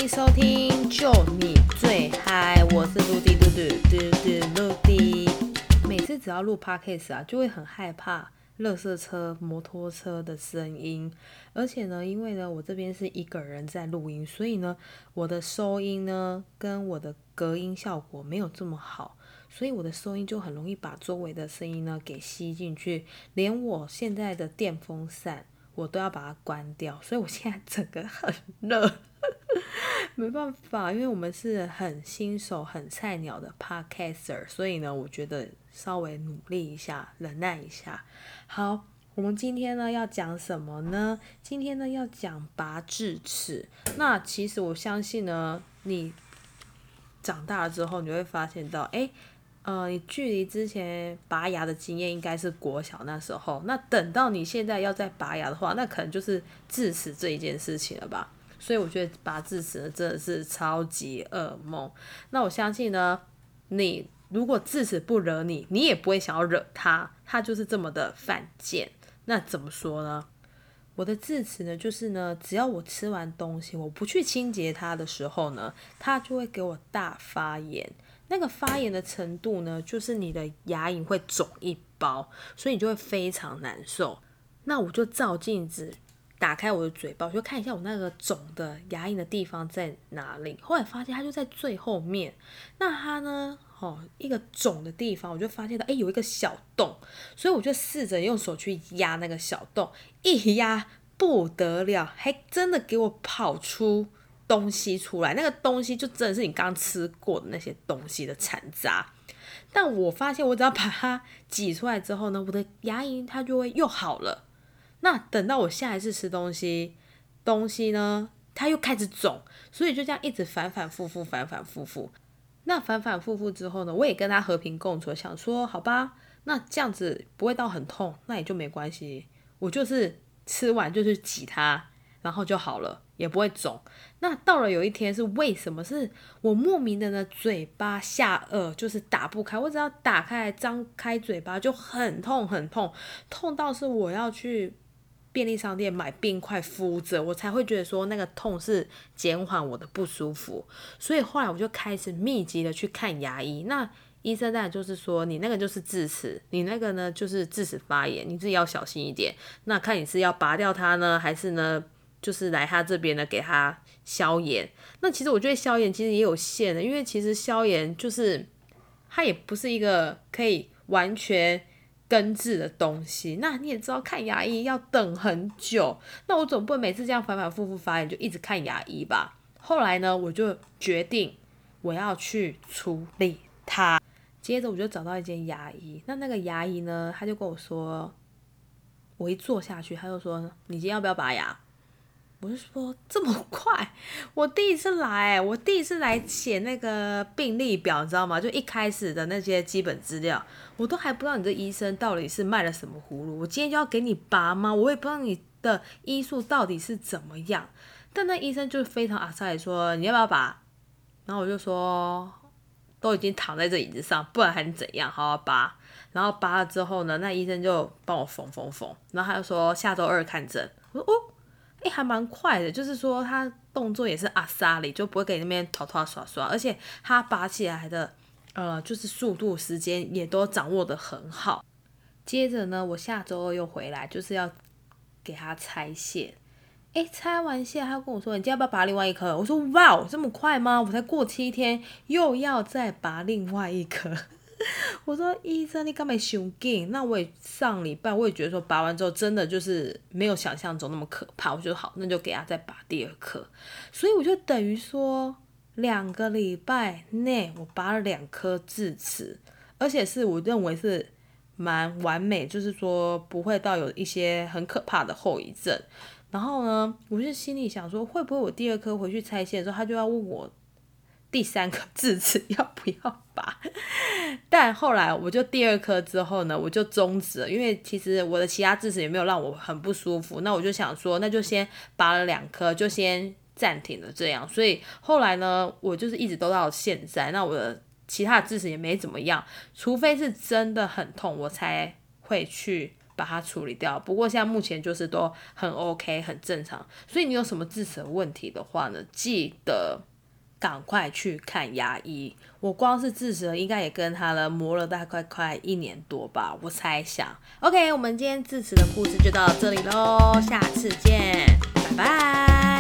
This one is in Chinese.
迎收听就你最嗨，我是陆地陆地。每次只要录 podcast 啊，就会很害怕垃圾车、摩托车的声音，而且呢，因为呢我这边是一个人在录音，所以呢我的收音呢跟我的隔音效果没有这么好，所以我的收音就很容易把周围的声音呢给吸进去，连我现在的电风扇我都要把它关掉，所以我现在整个很热。没办法，因为我们是很新手很菜鸟的 podcaster， 所以呢我觉得稍微努力一下，忍耐一下。好，我们今天呢要讲什么呢？今天呢要讲拔智齿。那其实我相信呢，你长大了之后你会发现到你距离之前拔牙的经验应该是国小那时候，那等到你现在要再拔牙的话，那可能就是智齿这一件事情了吧。所以我觉得拔智齿呢真的是超级噩梦。那我相信呢，你如果智齿不惹你，你也不会想要惹它，它就是这么的犯贱。那怎么说呢？我的智齿呢，就是呢，只要我吃完东西，我不去清洁它的时候呢，它就会给我大发炎。那个发炎的程度呢，就是你的牙龈会肿一包，所以你就会非常难受。那我就照镜子，打开我的嘴巴，我就看一下我那个肿的牙龈的地方在哪里。后来发现它就在最后面。那它呢，一个肿的地方，我就发现到有一个小洞，所以我就试着用手去压那个小洞，一压不得了，还真的给我跑出东西出来。那个东西就真的是你刚吃过的那些东西的残渣。但我发现我只要把它挤出来之后呢，我的牙龈它就会又好了。那等到我下一次吃东西呢，它又开始肿，所以就这样一直反反复复。那反反复复之后呢，我也跟它和平共处，想说好吧，那这样子不会到很痛，那也就没关系，我就是吃完就是挤它，然后就好了，也不会肿。那到了有一天是为什么？是我莫名的呢，嘴巴下颚就是打不开，我只要打开张开嘴巴就很痛，痛到是我要去便利商店买冰块敷着，我才会觉得说那个痛是减缓我的不舒服。所以后来我就开始密集的去看牙医。那医生当然就是说，你那个就是智齿，你那个呢就是智齿发炎，你自己要小心一点。那看你是要拔掉它呢，还是呢就是来他这边呢给他消炎。那其实我觉得消炎其实也有限的，因为其实消炎就是它也不是一个可以完全根治的东西。那你也知道看牙医要等很久，那我总不能每次这样反反复复发炎就一直看牙医吧。后来呢，我就决定我要去处理它。接着我就找到一间牙医，那个牙医呢，他就跟我说，我一坐下去，他就说你今天要不要拔牙？我就说这么快，我第一次来写那个病历表，你知道吗？就一开始的那些基本资料，我都还不知道你这医生到底是卖了什么葫芦。我今天就要给你拔吗？我也不知道你的医术到底是怎么样。但那医生就非常阿塞说你要不要拔？然后我就说都已经躺在这椅子上，不然还能怎样？好好拔。然后拔了之后呢，那医生就帮我缝，然后他就说下周2看诊。我说还蛮快的，就是说他动作也是阿萨里，就不会给你那边拖拖刷刷，而且他拔起来的就是速度时间也都掌握得很好。接着呢，我下周2又回来，就是要给他拆线。拆完线他跟我说你今天要不要拔另外一颗？我说哇，这么快吗？我才过7天又要再拔另外一颗。我说医生你干嘛太紧？那我也上礼拜我也觉得说拔完之后真的就是没有想象中那么可怕，我觉得好，那就给他再拔第2颗。所以我就等于说2个礼拜内我拔了2颗智齿，而且是我认为是蛮完美，就是说不会到有一些很可怕的后遗症。然后呢，我就心里想说会不会我第2颗回去拆线的时候他就要问我第3颗智齿要不要拔？但后来我就第2颗之后呢，我就终止了，因为其实我的其他智齿也没有让我很不舒服，那我就想说那就先拔了2颗，就先暂停了这样。所以后来呢，我就是一直都到现在，那我的其他的智齿也没怎么样，除非是真的很痛我才会去把它处理掉。不过现在目前就是都很 OK 很正常，所以你有什么智齿的问题的话呢，记得赶快去看牙医。我光是智齿应该也跟他了磨了大概快1年多吧，我猜想。OK， 我们今天智齿的故事就到这里咯，下次见，拜拜。